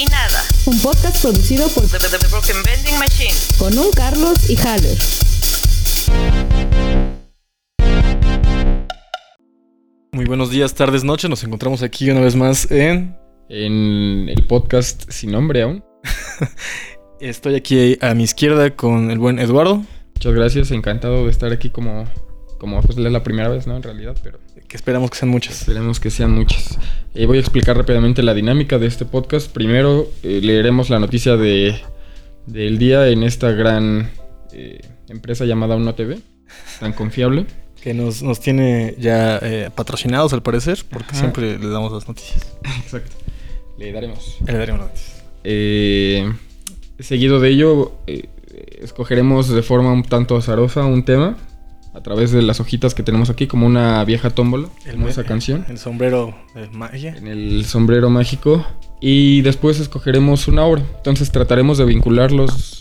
y Nada. Un podcast producido por The Broken Vending Machine. con un Carlos y Haller. Muy buenos días, tardes, noches. Nos encontramos aquí una vez más en el podcast sin nombre aún. Estoy aquí a mi izquierda con el buen Eduardo. Muchas gracias, encantado de estar aquí como pues es la primera vez, ¿no? En realidad, pero Que esperamos que sean muchas. esperemos que sean muchas. Voy a explicar rápidamente la dinámica de este podcast. Primero leeremos la noticia del día en esta gran empresa llamada Uno TV, tan confiable. Que nos tiene ya patrocinados al parecer, porque Ajá. siempre le damos las noticias. Exacto. Le daremos. Le daremos noticias. Seguido de ello, escogeremos de forma un tanto azarosa un tema a través de las hojitas que tenemos aquí, como una vieja tómbola, como esa canción, El sombrero de magia. en el sombrero mágico. Y después escogeremos una obra. Entonces trataremos de vincular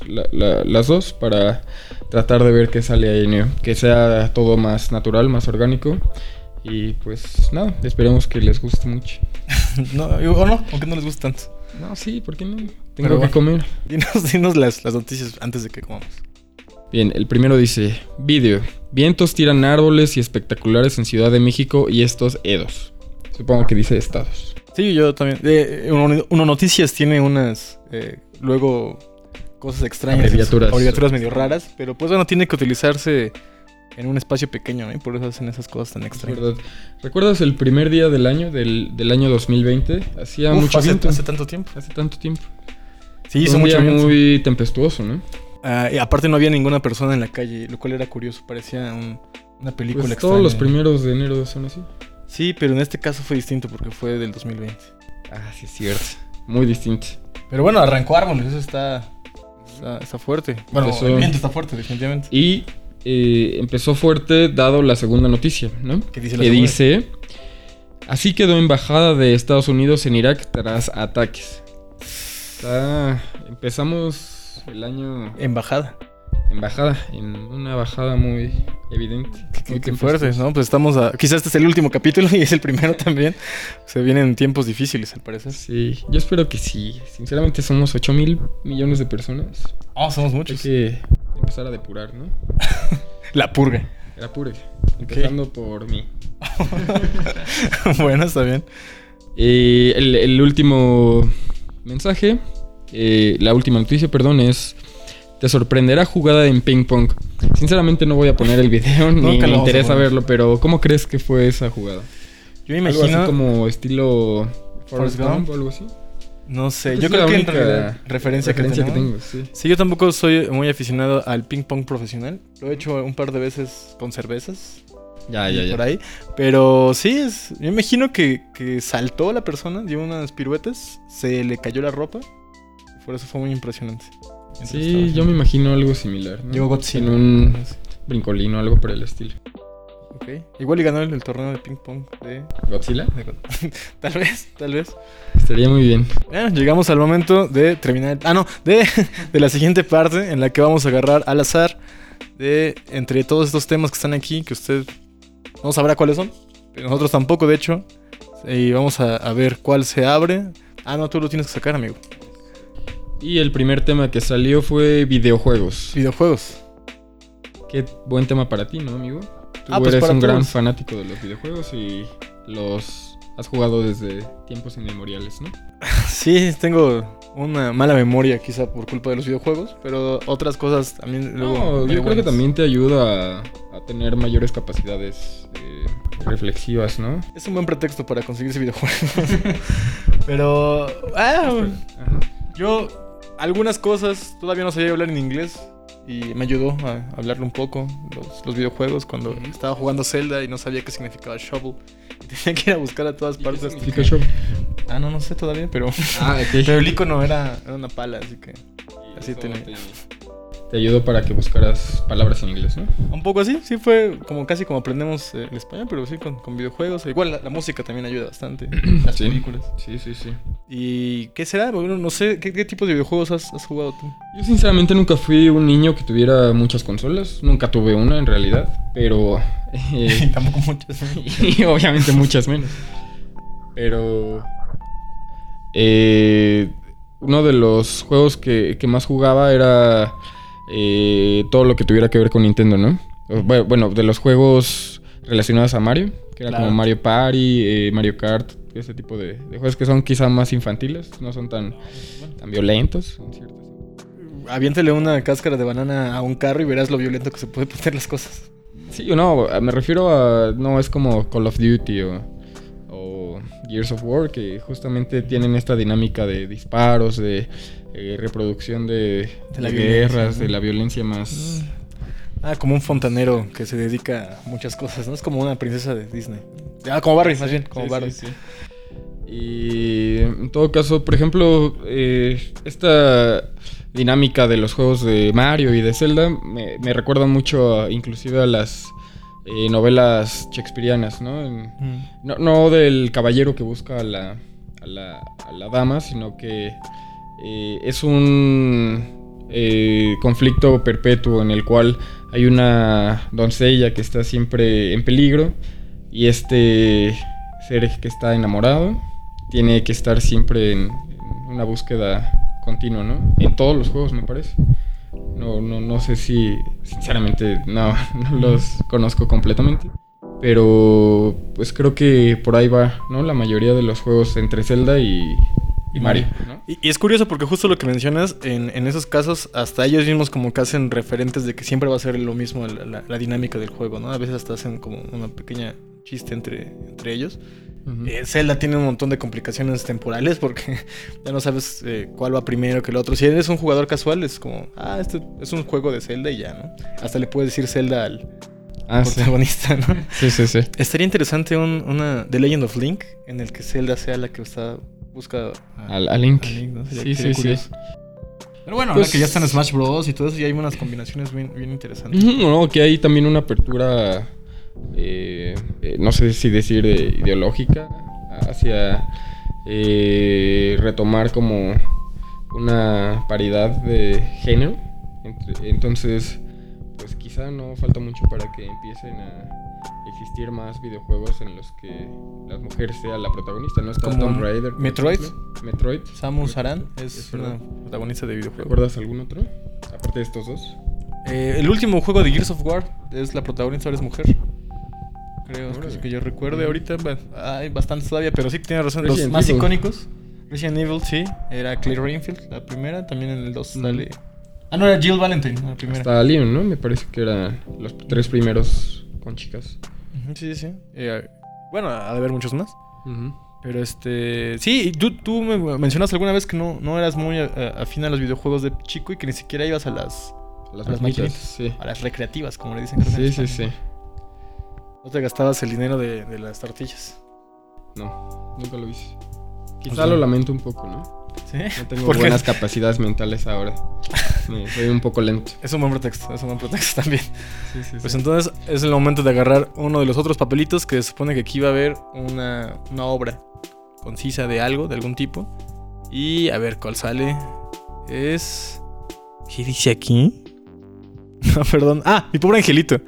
las dos para tratar de ver qué sale ahí, ¿no? Que sea todo más natural, más orgánico. Y pues nada, esperemos que les guste mucho. No, o no, aunque no les guste tanto. No, sí, ¿por qué no? Tengo Pero que bueno. comer. Dinos las noticias antes de que comamos. Bien, el primero dice: Video. Vientos tiran árboles y espectaculares en Ciudad de México y estos edos. Supongo que dice estados. Sí, yo también. Uno Noticias tiene unas, luego, cosas extrañas. Abreviaturas. Medio raras. Pero pues bueno, tiene que utilizarse en un espacio pequeño, ¿no? Y por eso hacen esas cosas tan Es extrañas. verdad. ¿Recuerdas el primer día del año, del año 2020? Hacía Uf, mucho viento. hace tanto tiempo. Hace tanto tiempo. Sí, Fue hizo un mucho día viento. muy tempestuoso, ¿no? Y aparte no había ninguna persona en la calle, lo cual era curioso. Parecía una película Pues extraña. todos los primeros de enero son así. Sí, pero en este caso fue distinto porque fue del 2020. Ah, sí es cierto. Muy distinto. Pero bueno, arrancó árboles, eso está fuerte. Bueno, Empezó- el viento está fuerte, definitivamente. Y empezó fuerte dado la segunda noticia, ¿no? ¿Qué dice la Que segunda? dice: así quedó embajada de Estados Unidos en Irak tras ataques. Empezamos el año Embajada. embajada, en una bajada muy evidente. Muy Qué fuerte, tempestuosa. ¿no? Pues estamos quizás este es el último capítulo y es el primero también. Se vienen tiempos difíciles, al parecer. Sí, yo espero que sí. Sinceramente somos 8,000 millones de personas. Somos Hay muchos. que empezar a depurar, ¿no? La purga. La purga. Empezando por mí. Bueno, está bien. El último mensaje, la última noticia, perdón, es: te sorprenderá jugada en ping pong. Sinceramente no voy a poner el video, ni Nunca lo me vamos a interesa poner. verlo, pero ¿cómo crees que fue esa jugada? Yo me Algo así imagino. como estilo Forrest Forrest Gump Gump o algo así. No sé, Es yo la creo que en única realidad referencia que que tenemos. tengo, sí. Sí, yo tampoco soy muy aficionado al ping pong profesional. Lo he hecho un par de veces con cervezas. Ya. Por ahí. Pero sí, yo imagino que saltó la persona, dio unas piruetas, se le cayó la ropa. Y por eso fue muy impresionante. Sí, yo me imagino algo similar, ¿no? Llegó Godzilla. En un brincolino, algo por el estilo. Ok. Igual y ganó el torneo de ping pong de ¿Godzilla? Tal vez. Estaría muy bien. Llegamos al momento de terminar. De la siguiente parte en la que vamos a agarrar al azar de entre todos estos temas que están aquí, que usted no sabrá cuáles son, pero nosotros tampoco, de hecho. Y vamos a ver cuál se abre. No, tú lo tienes que sacar, amigo. Y el primer tema que salió fue videojuegos. Videojuegos. Qué buen tema para ti, ¿no, amigo? Tú Pues eres para un gran todos. fanático de los videojuegos y los has jugado desde tiempos inmemoriales, ¿no? Sí, tengo una mala memoria quizá por culpa de los videojuegos, pero otras cosas también luego No, muy yo creo que buenas. también te ayuda a tener mayores capacidades reflexivas, ¿no? Es un buen pretexto para conseguir ese videojuego. Pero Ajá. yo algunas cosas todavía no sabía hablar en inglés y me ayudó a hablarlo un poco los videojuegos cuando estaba jugando Zelda y no sabía qué significaba shovel. Y tenía que ir a buscar a todas partes. hasta significa que- shovel? No sé todavía, pero Ok. pero el icono era una pala, así que así Eso tenía. te ayudó para que buscaras palabras en inglés, ¿no? Un poco así, sí fue como casi como aprendemos el español, pero sí con videojuegos. Igual la música también ayuda bastante, las Sí. películas. Sí. ¿Y qué será? Bueno, no sé, ¿qué tipo de videojuegos has jugado tú? Yo sinceramente nunca fui un niño que tuviera muchas consolas. Nunca tuve una en realidad. Pero... Tampoco muchas. y obviamente muchas menos. Pero... uno de los juegos que más jugaba era todo lo que tuviera que ver con Nintendo, ¿no? Bueno, de los juegos relacionados a Mario, que era como Mario Party, Mario Kart, ese tipo de juegos que son quizá más infantiles, no son tan violentos, en cierto sentido. Aviéntele una cáscara de banana a un carro y verás lo violento que se puede poner las cosas. Sí, no, me refiero a... No, es como Call of Duty o Gears of War, que justamente tienen esta dinámica de disparos, de reproducción de las guerras, ¿no? De la violencia más... Como un fontanero que se dedica a muchas cosas, ¿no? Es como una princesa de Disney. Como Barry, más bien, como Barry. Sí. Y en todo caso, por ejemplo, esta dinámica de los juegos de Mario y de Zelda me recuerda mucho inclusive a las novelas shakespearianas, ¿no? No del caballero que busca a la dama, sino que es un conflicto perpetuo en el cual hay una doncella que está siempre en peligro y este ser que está enamorado tiene que estar siempre en una búsqueda continua, ¿no? En todos los juegos, me parece. No sé si, sinceramente, no los conozco completamente. Pero pues creo que por ahí va, ¿no? La mayoría de los juegos entre Zelda y Mario, ¿no? Y es curioso porque justo lo que mencionas, en esos casos, hasta ellos mismos como que hacen referentes de que siempre va a ser lo mismo la dinámica del juego, ¿no? A veces hasta hacen como una pequeña chiste entre ellos. Uh-huh. Zelda tiene un montón de complicaciones temporales porque ya no sabes cuál va primero que el otro. Si eres un jugador casual, es como, este es un juego de Zelda y ya, ¿no? Hasta le puedes decir Zelda al protagonista, ¿no? Sí. Estaría interesante una The Legend of Link en el que Zelda sea la que busca a Link. ¿No? Sí. Pero bueno, pues, ahora que ya están Smash Bros. Y todo eso, ya hay unas combinaciones bien interesantes. No, que hay también una apertura, no sé si decir ideológica, hacia retomar como una paridad de género. Entonces, pues quizá no falta mucho para que empiecen a existir más videojuegos en los que la mujer sea la protagonista, ¿no? Está como Tomb Raider, Metroid. Samus Aran es una protagonista de videojuego. ¿Recuerdas algún otro? Aparte de estos dos. El último juego de Gears of War es la protagonista, ahora es mujer. Creo que yo recuerde ahorita. Hay bastantes todavía, pero sí tienes razón. Los más icónicos. Resident Evil, sí. Era Claire Redfield, la primera. También en el 2 sale... no, era Jill Valentine, la primera. Hasta Leon, ¿no? Me parece que eran los 3 primeros con chicas. Sí. Bueno, ha de haber muchos más. Uh-huh. Pero sí, tú me mencionaste alguna vez que no eras muy afín a los videojuegos de chico y que ni siquiera ibas a las maquinitas, sí. A las recreativas, como le dicen. Sí. No te gastabas el dinero de las tortillas. No, nunca lo hice. Quizá lo lamento un poco, ¿no? ¿Sí? No tengo buenas capacidades mentales ahora. Soy un poco lento. Es un buen pretexto también. Sí. Pues entonces es el momento de agarrar uno de los otros papelitos que se supone que aquí va a haber una obra concisa de algo, de algún tipo. Y a ver cuál sale. ¿Qué dice aquí? No, perdón. Mi pobre angelito.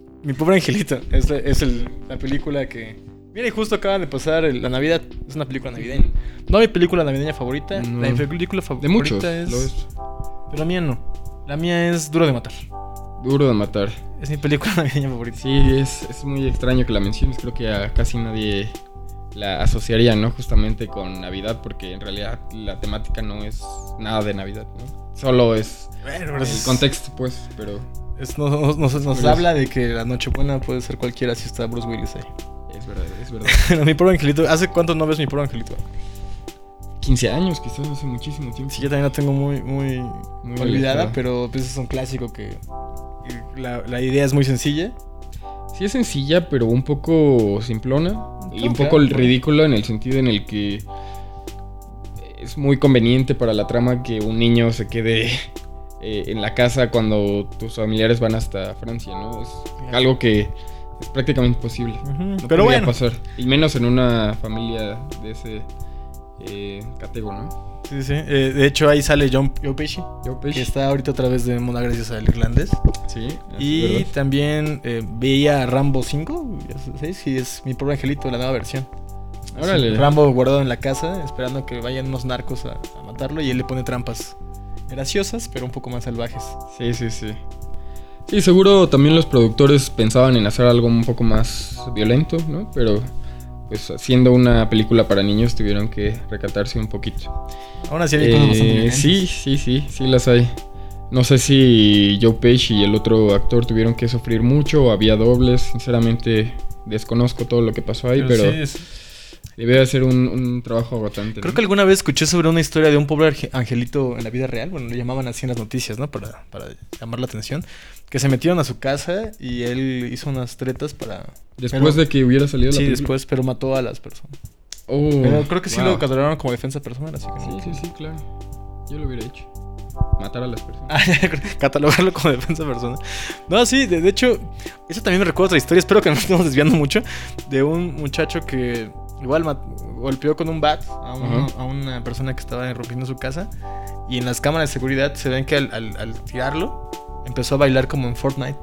Es la película que... Mira, y justo acaba de pasar la Navidad. Es una película navideña. No mi película navideña favorita. No. La película favorita de muchos, es... Pero la mía no. La mía es Duro de Matar. Duro de Matar. Es mi película navideña favorita. Sí, es muy extraño que la menciones. Creo que a casi nadie la asociaría, ¿no? Justamente con Navidad, porque en realidad la temática no es nada de Navidad, ¿no? Solo es el contexto, pues, pero... Nos habla de que la Nochebuena puede ser cualquiera si está Bruce Willis ahí. Es verdad. Mi pobre angelito. ¿Hace cuánto no ves mi pobre angelito? 15 años, quizás, hace muchísimo tiempo. Sí, yo también la tengo muy olvidada, pero pues es un clásico que la idea es muy sencilla. Sí, es sencilla, pero un poco simplona. Y un poco ridícula en el sentido en el que es muy conveniente para la trama que un niño se quede en la casa cuando tus familiares van hasta Francia, ¿no? Es algo que es prácticamente imposible. Uh-huh. No podría pasar. Y menos en una familia de ese categoría, ¿no? Sí. De hecho, ahí sale Joe Pesci, que está ahorita otra vez de moda gracias al irlandés. Sí. Y también veía Rambo 5. Sí, es mi pobre angelito, la nueva versión. Órale. Rambo guardado en la casa, esperando que vayan unos narcos a matarlo, y él le pone trampas graciosas, pero un poco más salvajes. Sí. Sí, seguro también los productores pensaban en hacer algo un poco más violento, ¿no? Pero pues siendo una película para niños tuvieron que recatarse un poquito. Aún así hay cosas bastante violentas. Sí las hay. No sé si Joe Pesci y el otro actor tuvieron que sufrir mucho o había dobles. Sinceramente desconozco todo lo que pasó ahí, pero sí, debe de ser un trabajo agotante. Creo que alguna vez escuché sobre una historia de un pobre angelito en la vida real. Bueno, le llamaban así en las noticias, ¿no? Para llamar la atención. Que se metieron a su casa y él hizo unas tretas para... Después de que hubiera salido la película. Sí, después, pero mató a las personas. Oh, pero creo que sí lo catalogaron como defensa personal, así que... Sí, claro. Yo lo hubiera hecho. Matar a las personas. Catalogarlo como defensa personal. No, sí, de hecho, eso también me recuerda otra historia. Espero que no nos estemos desviando mucho. De un muchacho que igual golpeó con un bat a una persona que estaba irrumpiendo su casa. Y en las cámaras de seguridad se ven que al tirarlo empezó a bailar como en Fortnite.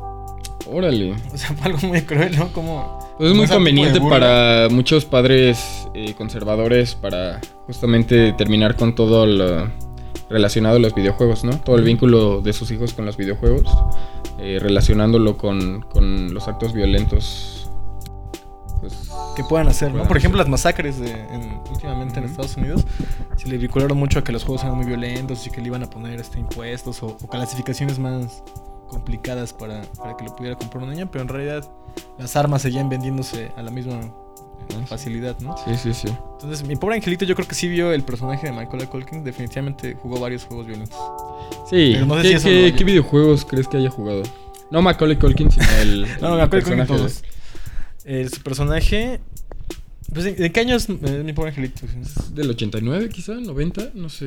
Órale. O sea, fue algo muy cruel, ¿no? Pues es muy conveniente para muchos padres conservadores para justamente terminar con todo lo relacionado a los videojuegos, ¿no? Todo el vínculo de sus hijos con los videojuegos, relacionándolo con los actos violentos. Pues, que puedan hacer, ¿no? Por ejemplo, las masacres últimamente en Estados Unidos se le vincularon mucho a que los juegos eran muy violentos y que le iban a poner impuestos o clasificaciones más complicadas para que lo pudiera comprar una niña, pero en realidad las armas seguían vendiéndose a la misma facilidad, ¿no? Sí. Entonces, mi pobre angelito yo creo que sí vio el personaje de Macaulay Culkin. Definitivamente jugó varios juegos violentos. Sí, pero no sé ¿qué videojuegos crees que haya jugado? No Macaulay Culkin, sino el no, Macaulay Culkin todos. Su personaje... Pues, ¿de qué año es mi pobre angelito? ¿Del 89 quizá? ¿90? No sé.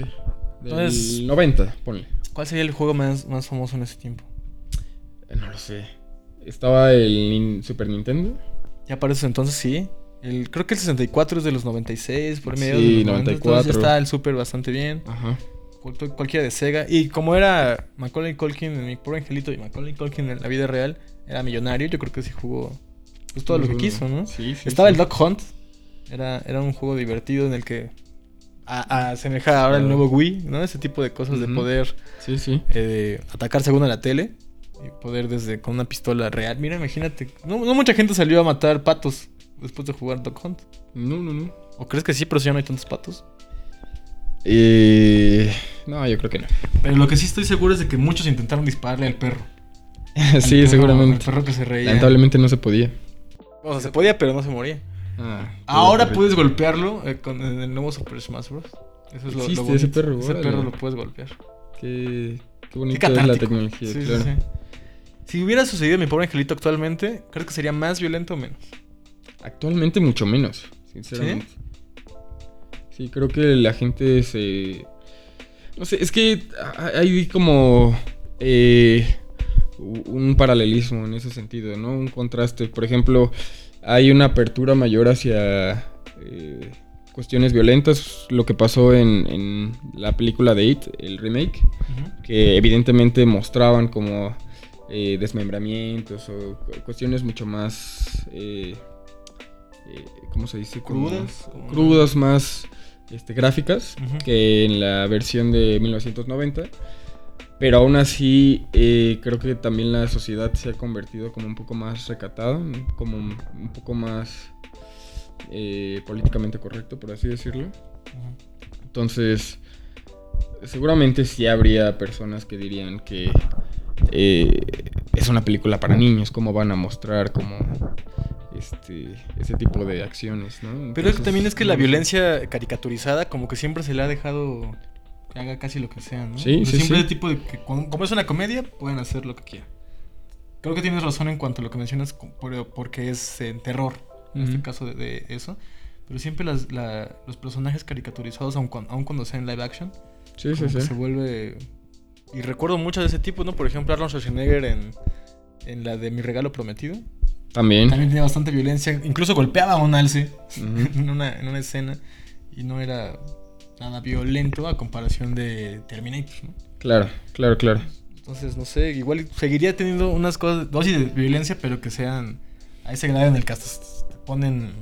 Del 90, ponle. ¿Cuál sería el juego más famoso en ese tiempo? No lo sé. ¿Estaba el Super Nintendo? Ya para esos entonces sí. Creo que el 64 es de los 96, por medio sí, de los 94. Entonces ya está el Super bastante bien. Ajá. Cualquiera de Sega. Y como era Macaulay Culkin en mi pobre angelito y Macaulay Culkin en la vida real era millonario, yo creo que sí jugó pues todo lo que quiso, ¿no? Sí. Estaba el Duck Hunt. Era un juego divertido en el que asemeja ahora el nuevo Wii, ¿no? Ese tipo de cosas de poder atacar según a la tele y poder con una pistola real. Mira, imagínate. No mucha gente salió a matar patos después de jugar Duck Hunt. No. ¿O crees que sí, pero si ya no hay tantos patos? No, yo creo que no. Pero lo que sí estoy seguro es de que muchos intentaron dispararle al perro. Sí, seguramente. El perro que se reía. Lamentablemente no se podía. O sea, se podía, pero no se moría. Ahora puedes golpearlo con el nuevo Super Smash Bros. Eso es lo bonito. Ese perro. Ese perro lo puedes golpear. Qué bonita es la tecnología, claro. Sí. Si hubiera sucedido mi pobre angelito actualmente, creo que sería más violento o menos. Actualmente mucho menos, sinceramente. Sí, creo que la gente no sé, es que hay como un paralelismo en ese sentido, ¿no? Un contraste. Por ejemplo, hay una apertura mayor hacia cuestiones violentas. Lo que pasó en la película de It, el remake, que evidentemente mostraban como desmembramientos o cuestiones mucho más... ¿cómo se dice? Crudas, más gráficas que en la versión de 1990. Pero aún así, creo que también la sociedad se ha convertido como un poco más recatada, como un poco más políticamente correcto, por así decirlo. Entonces, seguramente sí habría personas que dirían que es una película para niños, cómo van a mostrar como ese tipo de acciones, ¿no? Entonces, pero también es que la violencia caricaturizada como que siempre se le ha dejado que haga casi lo que sea, ¿no? Sí. Siempre el tipo de que como es una comedia, pueden hacer lo que quieran. Creo que tienes razón en cuanto a lo que mencionas porque es terror, en este caso de eso. Pero siempre los personajes caricaturizados, aun cuando sean live action, que se vuelve... Y recuerdo mucho de ese tipo, ¿no? Por ejemplo, Arnold Schwarzenegger en la de Mi Regalo Prometido. También tenía bastante violencia. Incluso golpeaba a un alce en una escena. Y no era nada violento a comparación de Terminator, ¿no? Claro. Entonces, no sé, igual seguiría teniendo unas dosis de violencia, pero que sean a ese grado en el que hasta te ponen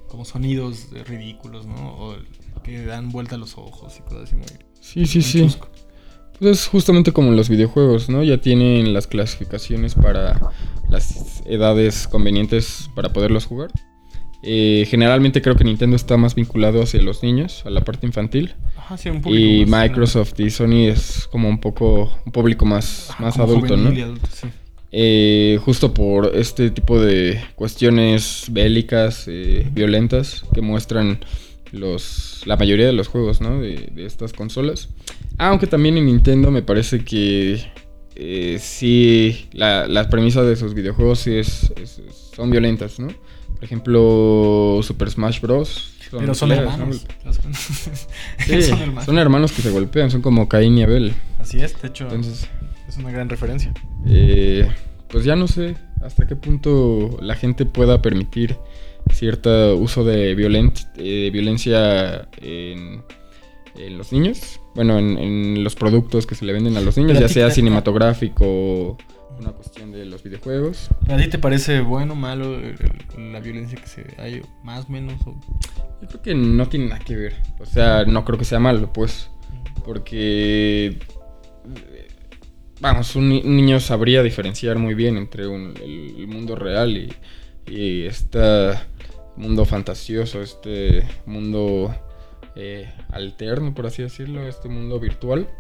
como sonidos ridículos, ¿no? O que dan vuelta a los ojos y cosas así muy... Sí. muy chusco. Pues es justamente como en los videojuegos, ¿no? Ya tienen las clasificaciones para las edades convenientes para poderlos jugar. Generalmente creo que Nintendo está más vinculado hacia los niños, a la parte infantil. Ajá, sí, un público Y más, Microsoft y Sony es como un público más como adulto, ¿no? juvenil y adulto, sí. Justo por este tipo de cuestiones bélicas, violentas, que muestran la mayoría de los juegos, ¿no? de estas consolas. Aunque también en Nintendo me parece que sí, la premisa de sus videojuegos sí son violentas, ¿no? Por ejemplo, Super Smash Bros. Pero son hermanos. Sí, son hermanos que se golpean, son como Caín y Abel. Así es, de hecho, Entonces, es una gran referencia. pues ya no sé hasta qué punto la gente pueda permitir cierto uso de violencia en los niños. Bueno, en los productos que se le venden a los niños, ya sea cinematográfico o una cuestión de los videojuegos. ¿A ti te parece bueno, malo la violencia que se hay, más o menos? Yo creo que no tiene nada que ver. O sea, no creo que sea malo, pues. Porque... Vamos, un niño sabría diferenciar muy bien entre el mundo real y este mundo fantasioso, este mundo alterno, por así decirlo, este mundo virtual.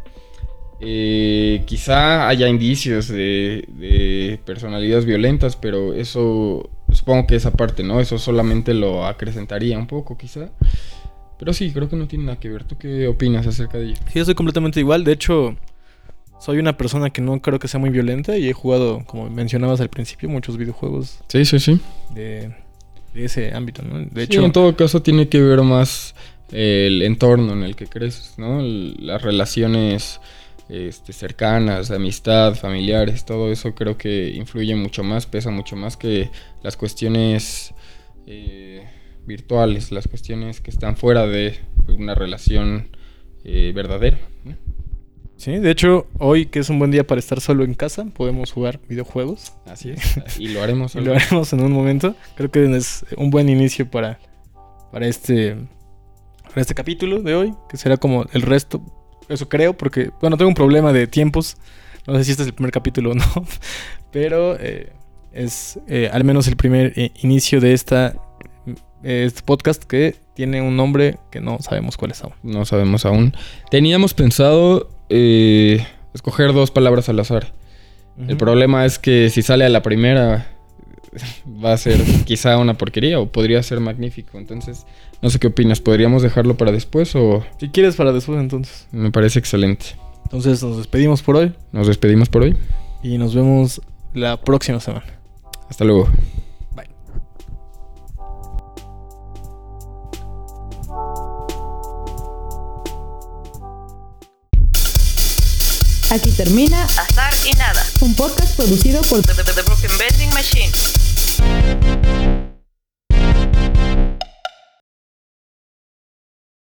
Quizá haya indicios de personalidades violentas, pero eso, supongo que esa parte, ¿no? Eso solamente lo acrecentaría un poco, quizá. Pero sí, creo que no tiene nada que ver. ¿Tú qué opinas acerca de ello? Sí, yo soy completamente igual. De hecho, soy una persona que no creo que sea muy violenta y he jugado, como mencionabas al principio, muchos videojuegos Sí. de ese ámbito, ¿no? De Sí, hecho, en todo caso tiene que ver más el entorno en el que creces, ¿no? Las relaciones cercanas, amistad, familiares, todo eso creo que influye mucho más, pesa mucho más que las cuestiones virtuales, las cuestiones que están fuera de una relación verdadera, ¿no? sí, de hecho, hoy que es un buen día para estar solo en casa, podemos jugar videojuegos. Así es, y lo haremos. Y lo haremos en un momento. Creo que es un buen inicio para este capítulo de hoy, que será como el resto. Eso creo, porque, bueno, tengo un problema de tiempos. No sé si este es el primer capítulo o no, pero es al menos el primer inicio de este podcast que tiene un nombre que no sabemos cuál es aún. No sabemos aún. Teníamos pensado escoger 2 palabras al azar. El problema es que si sale a la primera va a ser quizá una porquería o podría ser magnífico. Entonces, no sé qué opinas. ¿Podríamos dejarlo para después o...? Si quieres para después, entonces. Me parece excelente. Entonces nos despedimos por hoy. Nos despedimos por hoy. Y nos vemos la próxima semana. Hasta luego. Bye. Aquí termina Azar y nada. un podcast producido por The Broken Vending Machine.